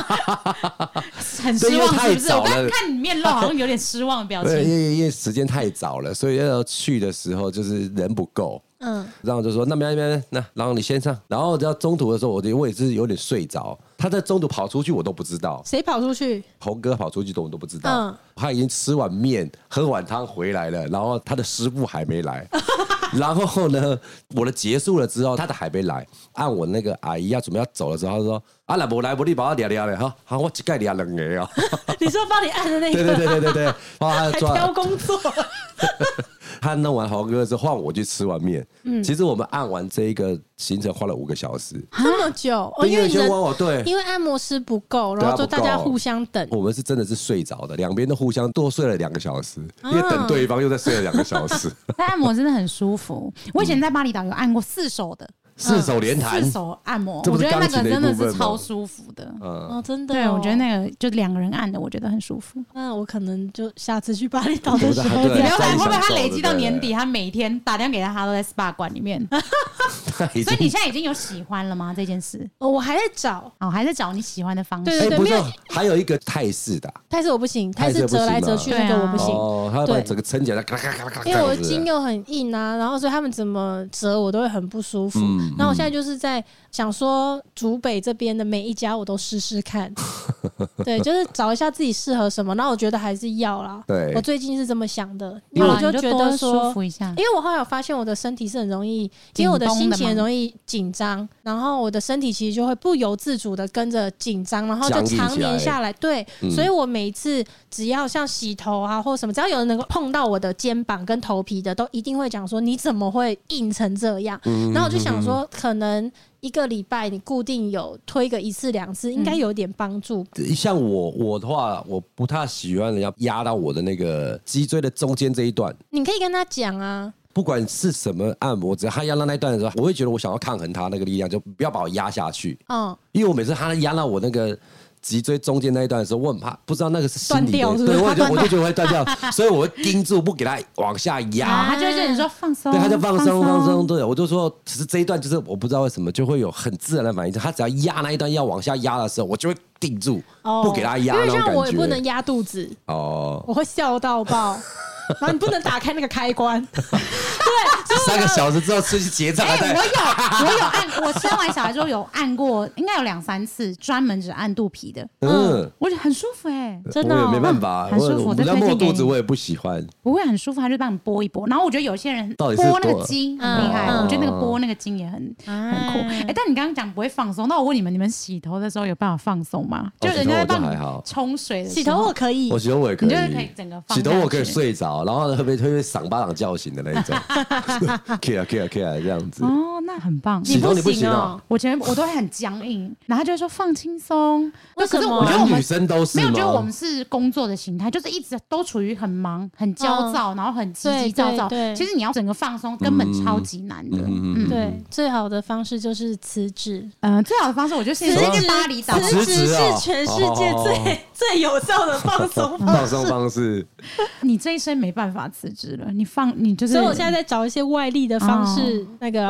Speaker 3: 很失望是不是？我刚刚看你面露好像有点失望的表情。
Speaker 2: 因为时间太早了，所以要去的时候就是人不够。然后就说那边，然后你先上，然后到中途的时候，我也是有点睡着。他在中途跑出去，我都不知道。
Speaker 1: 谁跑出去？
Speaker 2: 红哥跑出去，我都不知道。他已经吃完面、喝完汤回来了，然后他的师傅还没来。然后呢，我的结束了之后，他的还没来。按我那个阿姨要准备要走的时候，他说：“啊，来不来不，你把我抓了哈，好，我一概抓2个啊。”
Speaker 1: 你说帮你按的那个？
Speaker 2: 对，
Speaker 1: 还挑工作。
Speaker 2: 他弄完豪哥之后，换我去吃完面。其实我们按完这一个行程花了5个小时，
Speaker 1: 这么久？因为对，因为按摩师不够，然后就大家互相等。
Speaker 2: 我们是真的是睡着的，两边都互相多睡了2个小时，因为等对方又再睡了2个小时。
Speaker 3: 但按摩真的很舒服。我以前在巴厘岛有按过4手的。
Speaker 2: 4手连弹
Speaker 3: ，4手按摩，我觉得那个真的是超舒服的。
Speaker 1: 真的，
Speaker 3: 对，我觉得那个就2个人按的，我觉得很舒服。
Speaker 1: 那我可能就下次去巴厘岛的时候，
Speaker 3: 你了解会不会他累积到年底，他每天打电话给他都在 SPA 馆里面。所以你现在已经有喜欢了吗？这件事？
Speaker 1: 我还在找，
Speaker 3: 还在找你喜欢的方式。
Speaker 2: 对，不是，还有一个泰式的，
Speaker 1: 泰式我不行，泰式折来折去那个我不行。
Speaker 2: 他把整个撑起来，
Speaker 1: 因为我的筋又很硬啊，然后所以他们怎么折我都会很不舒服。然后我现在就是在想说，竹北这边的每一家我都试试看，对，就是找一下自己适合什么。然后我觉得还是要啦，对，我最近是这么想的，因为我就觉得说，
Speaker 3: 舒服一下。
Speaker 1: 因为我后来有发现我的身体是很容易，因为我的心情很容易紧张，然后我的身体其实就会不由自主的跟着紧张，然后就常年下来，对，所以我每一次只要像洗头啊或什么，只要有人能够碰到我的肩膀跟头皮的，都一定会讲说你怎么会硬成这样？然后我就想说，可能1个礼拜你固定有推个1次2次，应该有点帮助。
Speaker 2: 像我的话，我不太喜欢人家压到我的那个脊椎的中间这一段。
Speaker 1: 你可以跟他讲啊。
Speaker 2: 不管是什么按摩，只要他压到那一段的时候，我会觉得我想要抗衡他那个力量，就不要把我压下去。因为我每次他压到我那个脊椎中间那一段的时候，我很怕，不知道那个是心理的，对，我就觉得会断掉，所以我会盯住不给他往下压。
Speaker 3: 他就会跟你说放松，
Speaker 2: 对，他就放松，对，我就说，只是这一段就是我不知道为什么就会有很自然的反应，他只要压那一段要往下压的时候，我就会定住，不给他压那种感觉。
Speaker 1: 因为像我也不能压肚子，我会笑到爆。然后你不能打开那个开关，对
Speaker 2: ，3个小时之后出去结账。
Speaker 3: 我有按，我生完小孩之后有按过，应该有2、3次，专门只按肚皮的。我觉得很舒服
Speaker 1: 真的，
Speaker 2: 我也没办法，
Speaker 3: 很舒服。
Speaker 2: 我摸肚子我也不喜欢，
Speaker 3: 不会很舒服，他就帮你拨一拨。然后我觉得有些人拨那个筋很厉害，我觉得那个拨那个筋也很酷。但你刚刚讲不会放松，那我问你们洗头的时候有办法放松吗？就人家在帮你冲水的时候，
Speaker 1: 洗头我可以，
Speaker 2: 我洗头我也可以，
Speaker 3: 你就是可以整个放。
Speaker 2: 洗头我可以睡着。然后会被赏巴掌叫醒的那一种，可以这样子。
Speaker 3: 那很棒。
Speaker 2: 洗头你不行哦，
Speaker 3: 我都会很僵硬，然后他就会说放轻松。
Speaker 1: 为什么？
Speaker 3: 我觉得我们
Speaker 2: 女生都是
Speaker 3: 没有，觉得我们是工作的形态，就是一直都处于很忙、很焦躁，然后很急急躁躁。其实你要整个放松，根本超级难的。
Speaker 1: 对，最好的方式就是辞职。
Speaker 3: 最好的方式，我觉得现在去巴厘岛，
Speaker 1: 辞职是全世界最有效的放松
Speaker 2: 方式。
Speaker 3: 你这一生没办法辞职了，你就是。
Speaker 1: 所以我现在在找一些外力的方式，那个放松。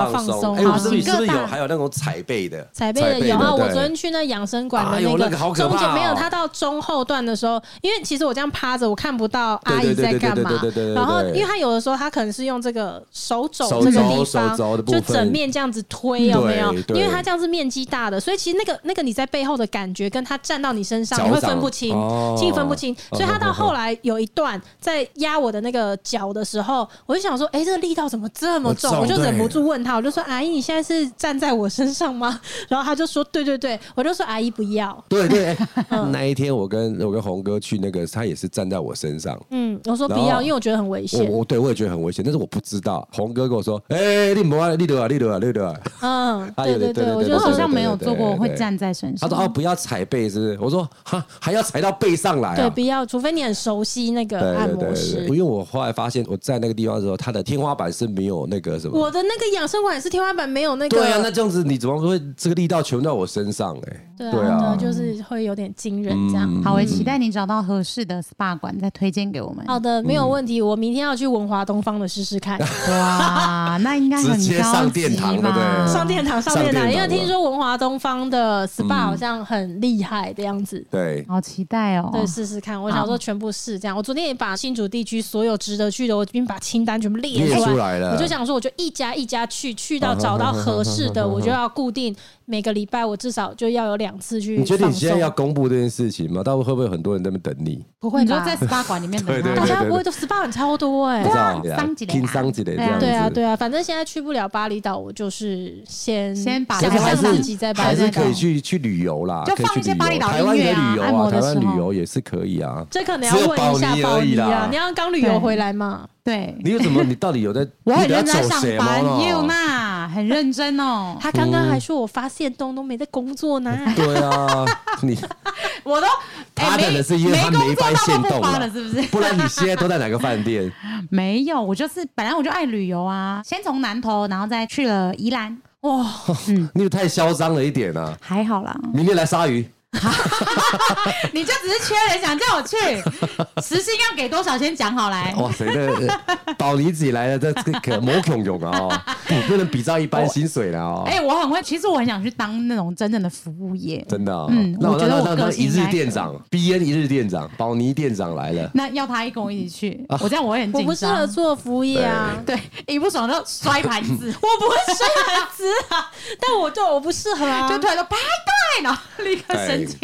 Speaker 1: 松。
Speaker 2: 哎，我们是不是有还有那种踩背的？
Speaker 1: 踩背的有啊，我昨天去那养生馆的那个中间没有，他到中后段的时候，因为其实我这样趴着，我看不到阿姨在干嘛。然后因为他有的时候他可能是用这个手肘这个地方，就整面这样子推，有没有？因为他这样子面积大的，所以其实那个你在背后的感觉跟他站到你身上，你会分不清，分不清。所以他到后来有一段在压我的那个脚的时候，我就想说，哎，这个力道怎么这么重？我就忍不住问他，我就说：“阿姨，你现在是站在我身上吗？”然后他就说：“对对对。”我就说：“阿姨不要。”
Speaker 2: 对对，那一天我跟洪哥去那个，他也是站在我身上。
Speaker 1: 我说不要，因为我觉得很危险。
Speaker 2: 我也觉得很危险，但是我不知道。洪哥跟我说：“哎，你不要，你对啊。”
Speaker 1: 对对对，
Speaker 3: 我好像没有做过，我会站在身上。
Speaker 2: 他说：“哦，不要踩背，是不是？”我说：“哈，还要踩到背上来？”
Speaker 1: 对，不要，除非你很熟悉那个按摩师。
Speaker 2: 因为我后来发现，我在那个地方的时候，它的天花板是没有那个什么。
Speaker 1: 我的那个养生馆是天花板没有那个。
Speaker 2: 对啊，那这样子你怎么会这个力道全在我身上？
Speaker 1: 对啊，就是会有点惊人这样。
Speaker 3: 好，我期待你找到合适的 SPA 馆再推荐给我们。
Speaker 1: 好的，没有问题。我明天要去文华东方的试试看。
Speaker 3: 哇，那应该很高级吧？直接
Speaker 2: 上殿堂，对不对？
Speaker 1: 上殿堂，因为听说文华东方的 SPA 好像很厉害的样子。
Speaker 2: 对，
Speaker 3: 好期待哦。
Speaker 1: 对，试试看。我想说全部试这样。我昨天也把新竹地区所有值得去的，我已经把清单全部列出来了。我就想说，我就一家一家去到找到合适的，我就要固定每个礼拜我至少就要有2次去。
Speaker 2: 你觉得你现在要公布这件事情吗？到时候会不会很多人在那边等你？
Speaker 3: 不会，你说在 SPA 馆里面等他，
Speaker 1: 大家不会都 SPA 馆超多哎，
Speaker 2: 听桑吉的这样子。
Speaker 1: 对啊，反正现在去不了巴厘岛，我就是先
Speaker 3: 把
Speaker 1: 想象自己在巴厘岛，
Speaker 2: 还是可以去旅游啦，
Speaker 3: 就放一些巴厘岛音乐啊，
Speaker 2: 台湾旅游也是可以啊。
Speaker 1: 这可能要问一下宝妮啦，你要刚旅游回来嘛？
Speaker 3: 对，
Speaker 2: 你有什么？你到底有在？
Speaker 3: 我很认真在上班，也有那很认真哦。
Speaker 1: 他刚刚还说我发现都没在工作呢。
Speaker 2: 对啊，
Speaker 3: 我都
Speaker 2: 他可能是因为他没发现动
Speaker 3: 了，是不是？
Speaker 2: 不然你现在都在哪个饭店？
Speaker 3: 没有，我就是本来我就爱旅游啊，先从南投，然后再去了宜兰。
Speaker 1: 哇，
Speaker 2: 你也太嚣张了一点啊！
Speaker 3: 还好啦，
Speaker 2: 明天来鲨鱼。
Speaker 3: 你就只是缺人想叫我去，时薪要给多少先讲好来。
Speaker 2: 哇塞，这宝妮自己来的这个魔孔勇啊，不能比照一般薪水了哦。
Speaker 3: 我很会，其实我很想去当那种真正的服务业，
Speaker 2: 真的。
Speaker 3: 我觉得我个性
Speaker 2: 一日店长 ，BN 一日店长，宝妮店长来了，
Speaker 3: 那要他跟我一起去，我这样我会很紧张。
Speaker 1: 我不适合做服务业啊，
Speaker 3: 对，一不爽就摔盘子，
Speaker 1: 我不会摔盘子啊，但我不适合啊，
Speaker 3: 就突然说排队，然后立刻生气。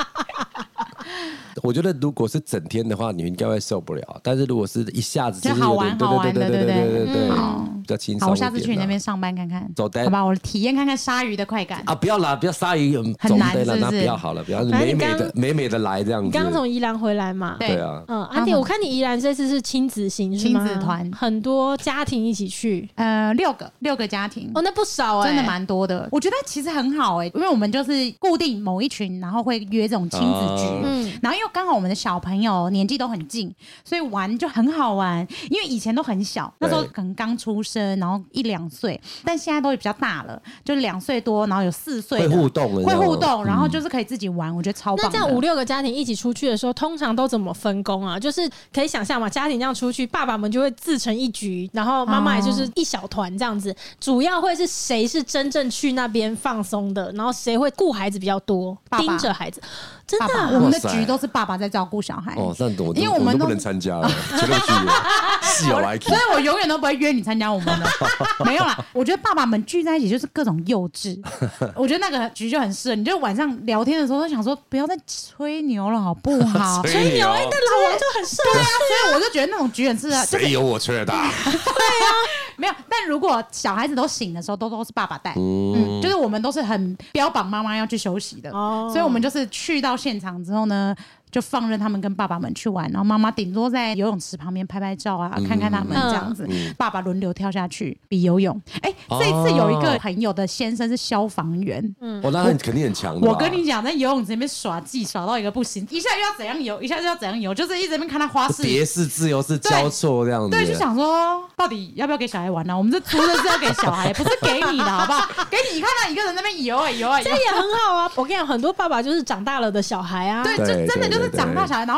Speaker 2: 我觉得如果是整天的话，你应该会受不了。但是如果是一下子，
Speaker 3: 就好玩的，对，
Speaker 2: 比较轻松。
Speaker 3: 好，我下次去你那边上班看看，
Speaker 2: 走的，
Speaker 3: 好吧？我体验看看鲨鱼的快感
Speaker 2: 啊！不要啦，不要鲨鱼
Speaker 3: 很难，是不是？
Speaker 2: 那不要好了，不要美美的来这样子。
Speaker 1: 你刚从宜兰回来嘛？
Speaker 2: 对啊。
Speaker 1: 安迪，我看你宜兰这次是亲子行是吗？
Speaker 3: 亲子团，
Speaker 1: 很多家庭一起去。
Speaker 3: 6个家庭。
Speaker 1: 哦，那不少
Speaker 3: 真的蛮多的。我觉得其实很好因为我们就是固定某一群，然后会约这种亲子局。然后因为刚好我们的小朋友年纪都很近，所以玩就很好玩。因为以前都很小，那时候可能刚出生，然后1-2岁，但现在都比较大了，就2岁多，然后有4岁的
Speaker 2: 会互动，
Speaker 3: 然后就是可以自己玩，我觉得超棒的。
Speaker 1: 那这样5-6个家庭一起出去的时候，通常都怎么分工啊？就是可以想象嘛，家庭这样出去，爸爸们就会自成一局，然后妈妈也就是一小团这样子。主要会是谁是真正去那边放松的，然后谁会顾孩子比较多，盯着孩子。真的，
Speaker 3: 我们的局都是爸爸在照顾小孩。
Speaker 2: 哦，这样因为我们都不能参加了，全都去是有来。
Speaker 3: 所以我永远都不会约你参加我们的。没有啦，我觉得爸爸们聚在一起就是各种幼稚。我觉得那个局就很适合，你就晚上聊天的时候都想说不要再吹牛了，好不好？
Speaker 1: 吹牛，那老王就很适合。
Speaker 3: 对啊，所以我就觉得那种局很适合。
Speaker 2: 谁有我吹的大？
Speaker 3: 对啊，没有。但如果小孩子都醒的时候，都是爸爸带。就是我们都是很标榜妈妈要去休息的，所以我们就是去到现场之后呢，就放任他们跟爸爸们去玩，然后妈妈顶多在游泳池旁边拍拍照啊，看看他们这样子，爸爸轮流跳下去比游泳。这一次有一个朋友的先生是消防员，
Speaker 2: 那肯定很强的。
Speaker 3: 我跟你讲，在游泳池里面耍技耍到一个不行，一下又要怎样游，一下又要怎样游，就是一直在那边看他花式、
Speaker 2: 蝶式、自由式交错这样子。
Speaker 3: 对，就想说到底要不要给小孩玩呢？我们这租的是要给小孩，不是给你的，好不好？给你看到一个人在那边游这
Speaker 1: 也很好啊。我跟你讲，很多爸爸就是长大了的小孩啊，
Speaker 3: 对，就真的就是长大小孩，然后。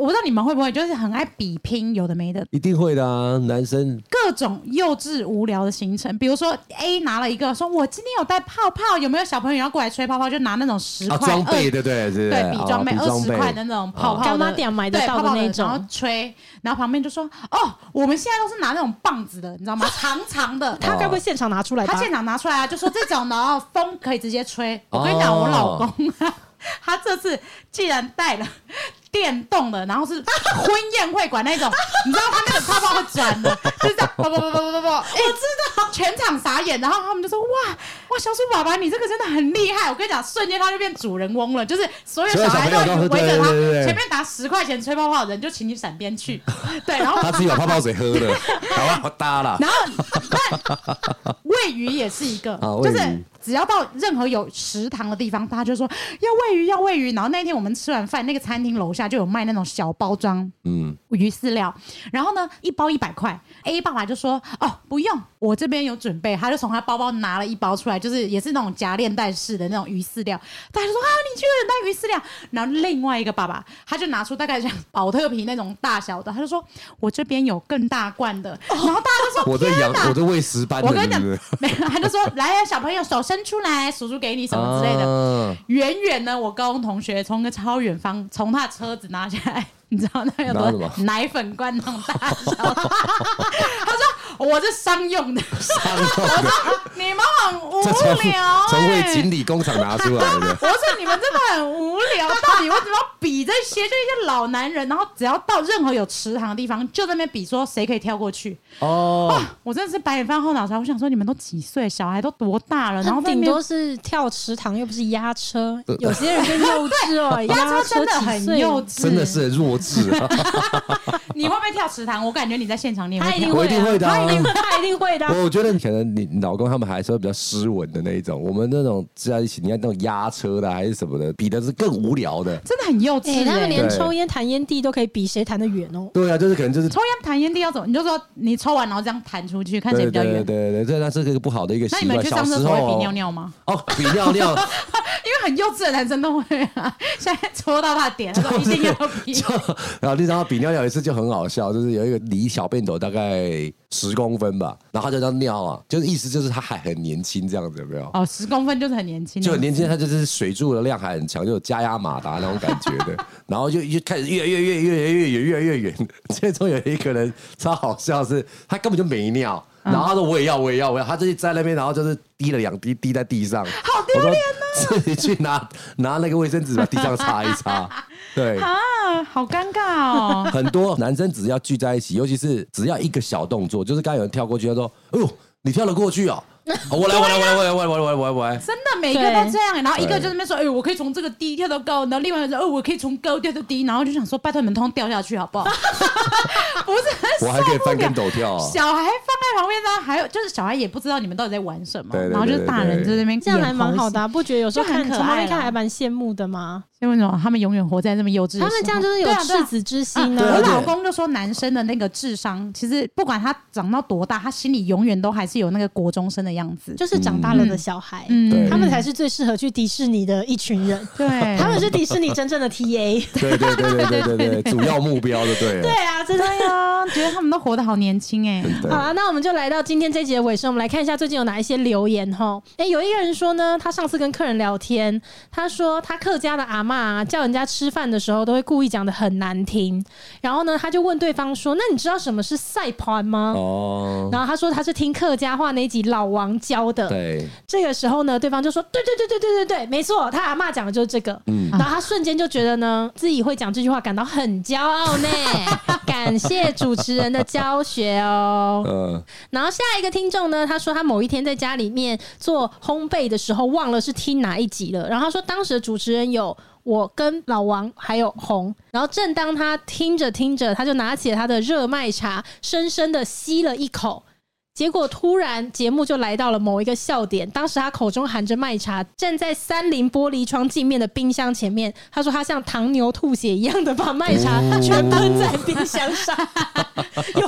Speaker 3: 我不知道你们会不会就是很爱比拼有的没的，
Speaker 2: 一定会的啊，男生
Speaker 3: 各种幼稚无聊的行程，比如说 A 拿了一个说我今天有带泡泡，有没有小朋友要过来吹泡泡，就拿那种10块
Speaker 2: 装备，对不对？
Speaker 3: 对，比装备20块的那种泡泡的，
Speaker 1: 干妈店买得到的那种，
Speaker 3: 然后吹，然后旁边就说哦，我们现在都是拿那种棒子的，你知道吗？长长的，
Speaker 1: 他该不会现场拿出来吧？
Speaker 3: 他现场拿出来啊，就说这种然后风可以直接吹。我跟你讲，我老公他这次既然带了电动的，然后是婚宴会馆那种，你知道他那个泡泡会转的，就是这样，啵啵啵啵啵啵，我知道，全场傻眼，然后他们就说哇，小鼠爸爸，你这个真的很厉害！我跟你讲，瞬间他就变主人翁了，就是所有小孩都围着他，前面拿10块钱吹泡泡的人就请你闪边去，对，然后
Speaker 2: 他自己把泡泡水喝了，好搭了。
Speaker 3: 然后喂鱼也是一个，就是只要到任何有食堂的地方，他就说要喂鱼，要喂鱼。然后那天我们吃完饭，那个餐厅楼下就有卖那种小包装鱼饲料，然后呢1包100块。A 爸爸就说哦不用，我这边有准备，他就从他包包拿了1包出来，就是也是那种夹链袋式的那种鱼饲料。大家就说啊，你居然有带鱼饲料？然后另外一个爸爸他就拿出大概像保特瓶那种大小的，他就说我这边有更大罐的。然后大家都说
Speaker 2: 我在喂10班的，
Speaker 3: 我跟你讲，没有，他就说来小朋友手伸出来，叔叔给你什么之类的。远远呢，我高中同学从个超远方从他的车子拿下来，你知道那有多奶粉罐那种大小？他说我是商用的。你们很无聊，
Speaker 2: 从为锦鲤工厂拿出来的。
Speaker 3: 我说你们真的很无聊，到底为什么要比这些？就一些老男人，然后只要到任何有池塘的地方，就在那边比说谁可以跳过去。我真的是白眼翻后脑勺。我想说你们都几岁，小孩都多大了？然后
Speaker 1: 顶多是跳池塘，又不是压车。有些人更幼稚哦，
Speaker 3: 压车真的很幼稚，
Speaker 2: 真的是很弱智。
Speaker 3: 你会不会跳池塘？我感觉你在现场你也会跳，
Speaker 2: 我一定会的，
Speaker 1: 他一定会的。
Speaker 2: 我觉得可能你老公他们还是会比较斯文的那一种，我们那种在一起，你看那种压车的还是什么的，比的是更无聊的，
Speaker 3: 真的很幼稚。
Speaker 1: 他们连抽烟弹烟蒂都可以比谁弹得远哦。
Speaker 2: 对啊，就是可能就是
Speaker 3: 抽烟弹烟蒂要怎么？你就说你抽完然后这样弹出去，看谁比较远。
Speaker 2: 对，这是一个不好的一个习惯。
Speaker 3: 那你们去上厕所会比尿尿吗？
Speaker 2: 比尿尿，
Speaker 3: 因为很幼稚的男生都会啊。现在戳到他的点，他说一定要比。
Speaker 2: 然后然后比尿尿一次就很好笑，就是有一个离小便斗大概10公分吧，然后他就这样尿啊，就是意思就是他还很年轻这样子，有没有
Speaker 3: ？10公分就是很年轻，
Speaker 2: 就很年轻，他就是水柱的量还很强，就有加压马达那种感觉的，然后就开始越来越远。最终有一个人超好笑，是他根本就没尿。然后他说我也要，他就在那边，然后就是滴了2滴，滴在地上，
Speaker 3: 好丢脸哦！
Speaker 2: 自己去拿那个卫生纸把地上擦一擦，对啊，
Speaker 3: 好尴尬哦。
Speaker 2: 很多男生只要聚在一起，尤其是只要一个小动作，就是刚有人跳过去，他说：“哎呦，你跳得过去哦。”我来，
Speaker 3: 真的每个都这样，然后一个就在那边说，我可以从这个低跳到高，然后另外一个说，我可以从高跳到低，然后就想说，拜托你们通通掉下去好不好？不是，
Speaker 2: 我还可以翻跟斗跳，
Speaker 3: 小孩放在旁边，然后还有就是小孩也不知道你们到底在玩什么，然后就是大人在那边，
Speaker 1: 这样还蛮好的，不觉得有时候看从旁边看还蛮羡慕的吗？
Speaker 3: 因为什么？他们永远活在这么幼稚的时候，
Speaker 1: 他们这样就是有赤子之心呢。
Speaker 3: 我老公就说，男生的那个智商，其实不管他长到多大，他心里永远都还是有那个国中生的样子，
Speaker 1: 就是长大了的小孩，他们才是最适合去迪士尼的一群人。
Speaker 3: 对，
Speaker 1: 他们是迪士尼真正的 TA。
Speaker 2: 对，主要目标的对。
Speaker 1: 对啊，真的
Speaker 3: 呀，觉得他们都活得好年轻哎。
Speaker 1: 好啊，那我们就来到今天这集的尾声，我们来看一下最近有哪一些留言哈。有一个人说呢，他上次跟客人聊天，他说他客家的阿嬷叫人家吃饭的时候都会故意讲得很难听，然后呢他就问对方说，那你知道什么是赛盘吗？然后他说他是听客家话那一集老王教的。
Speaker 2: 对，
Speaker 1: 这个时候呢对方就说对，没错，他阿嬷讲的就是这个。然后他瞬间就觉得呢自己会讲这句话感到很骄傲呢。感谢主持人的教学哦。然后下一个听众呢，他说他某一天在家里面做烘焙的时候忘了是听哪一集了，然后他说当时的主持人有我跟老王还有红，然后正当他听着他就拿起了他的热麦茶深深的吸了一口，结果突然节目就来到了某一个笑点，当时他口中含着麦茶，站在30玻璃窗镜面的冰箱前面，他说他像唐牛吐血一样的把麦茶全喷在冰箱上。有这么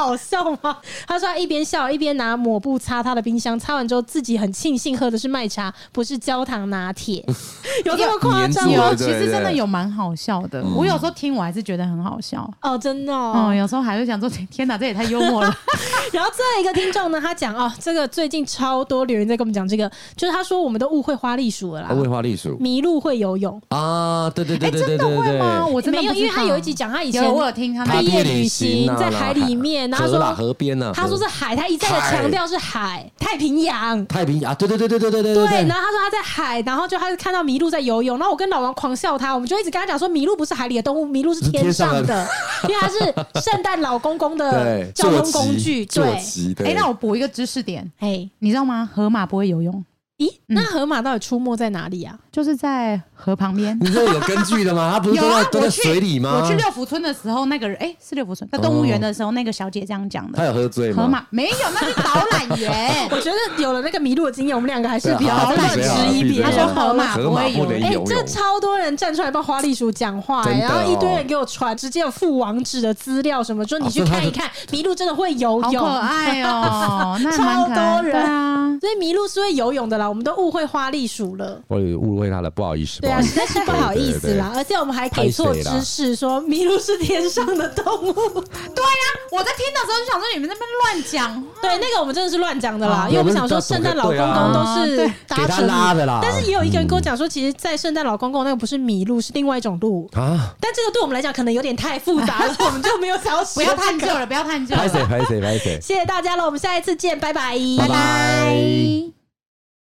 Speaker 1: 好笑吗？他说他一边笑一边拿抹布擦他的冰箱，擦完之后自己很庆幸喝的是麦茶，不是焦糖拿铁。有这么夸张吗？
Speaker 3: 有，其实真的有蛮好笑的。我有时候听我还是觉得很好笑
Speaker 1: 哦，真的哦。
Speaker 3: 有时候还会想说，天哪，这也太幽默了。
Speaker 1: 然后最后一个听众呢，他讲这个最近超多留言在跟我们讲这个，就是他说我们都误会花栗鼠了啦。
Speaker 2: 误会花栗鼠，
Speaker 1: 麋鹿会游泳
Speaker 2: 啊？对对对对对对对，
Speaker 3: 会吗？我真的
Speaker 1: 没有，因为他有一集讲他以前
Speaker 3: 我有听他
Speaker 1: 毕业旅行在海里面，然后他说
Speaker 2: 河边呢，
Speaker 1: 他说是海，他一再的强调是海，太平洋，
Speaker 2: 太平洋，对对对对对对对
Speaker 1: 对。然后他说他在海，然后就他看到麋鹿在游泳，然后我跟老王狂笑他，我们就一直跟他讲说麋鹿不是海里的动物，麋鹿是天上的，因为它是圣诞老公公的交通工具。
Speaker 2: 对，
Speaker 3: 那我补一个知识点，你知道吗？河马不会游泳。
Speaker 1: 咦，那河马到底出没在哪里啊？
Speaker 3: 就是在河旁边。
Speaker 2: 你这有根据的吗？它不是都在水里吗？
Speaker 3: 我去六福村的时候，那个人是六福村在动物园的时候，那个小姐这样讲的。
Speaker 2: 她有喝醉吗？
Speaker 3: 河马没有，那是导览员。
Speaker 1: 我觉得有了那个麋鹿的经验，我们两个还是比较质疑别人。
Speaker 3: 他说河马不会游
Speaker 2: 泳。
Speaker 1: 这超多人站出来帮花栗鼠讲话，然后一堆人给我传，直接有附网址的资料什么，说你去看一看，麋鹿真的会游泳，
Speaker 3: 好可爱哦，那
Speaker 1: 超多人
Speaker 3: 啊。
Speaker 1: 所以麋鹿是会游泳的啦，我们都误会花栗鼠了。
Speaker 2: 我误会他了，不好意思。
Speaker 1: 对啊，实在是不好意思啦，而且我们还给错知识，说麋鹿是天上的动物。
Speaker 3: 对呀，我在听的时候就想说你们那边乱讲话。
Speaker 1: 对，那个我们真的是乱讲的啦，因为我们想说圣诞老公公都是
Speaker 2: 给他拉的啦。
Speaker 1: 但是也有一个人跟我讲说，其实，在圣诞老公公那个不是麋鹿，是另外一种鹿啊。但这个对我们来讲可能有点太复杂了，我们就没有想要
Speaker 3: 不要探究了，不要探究了。
Speaker 2: 拍谁？
Speaker 1: 谢谢大家了，我们下一次见，拜拜，
Speaker 3: 拜拜。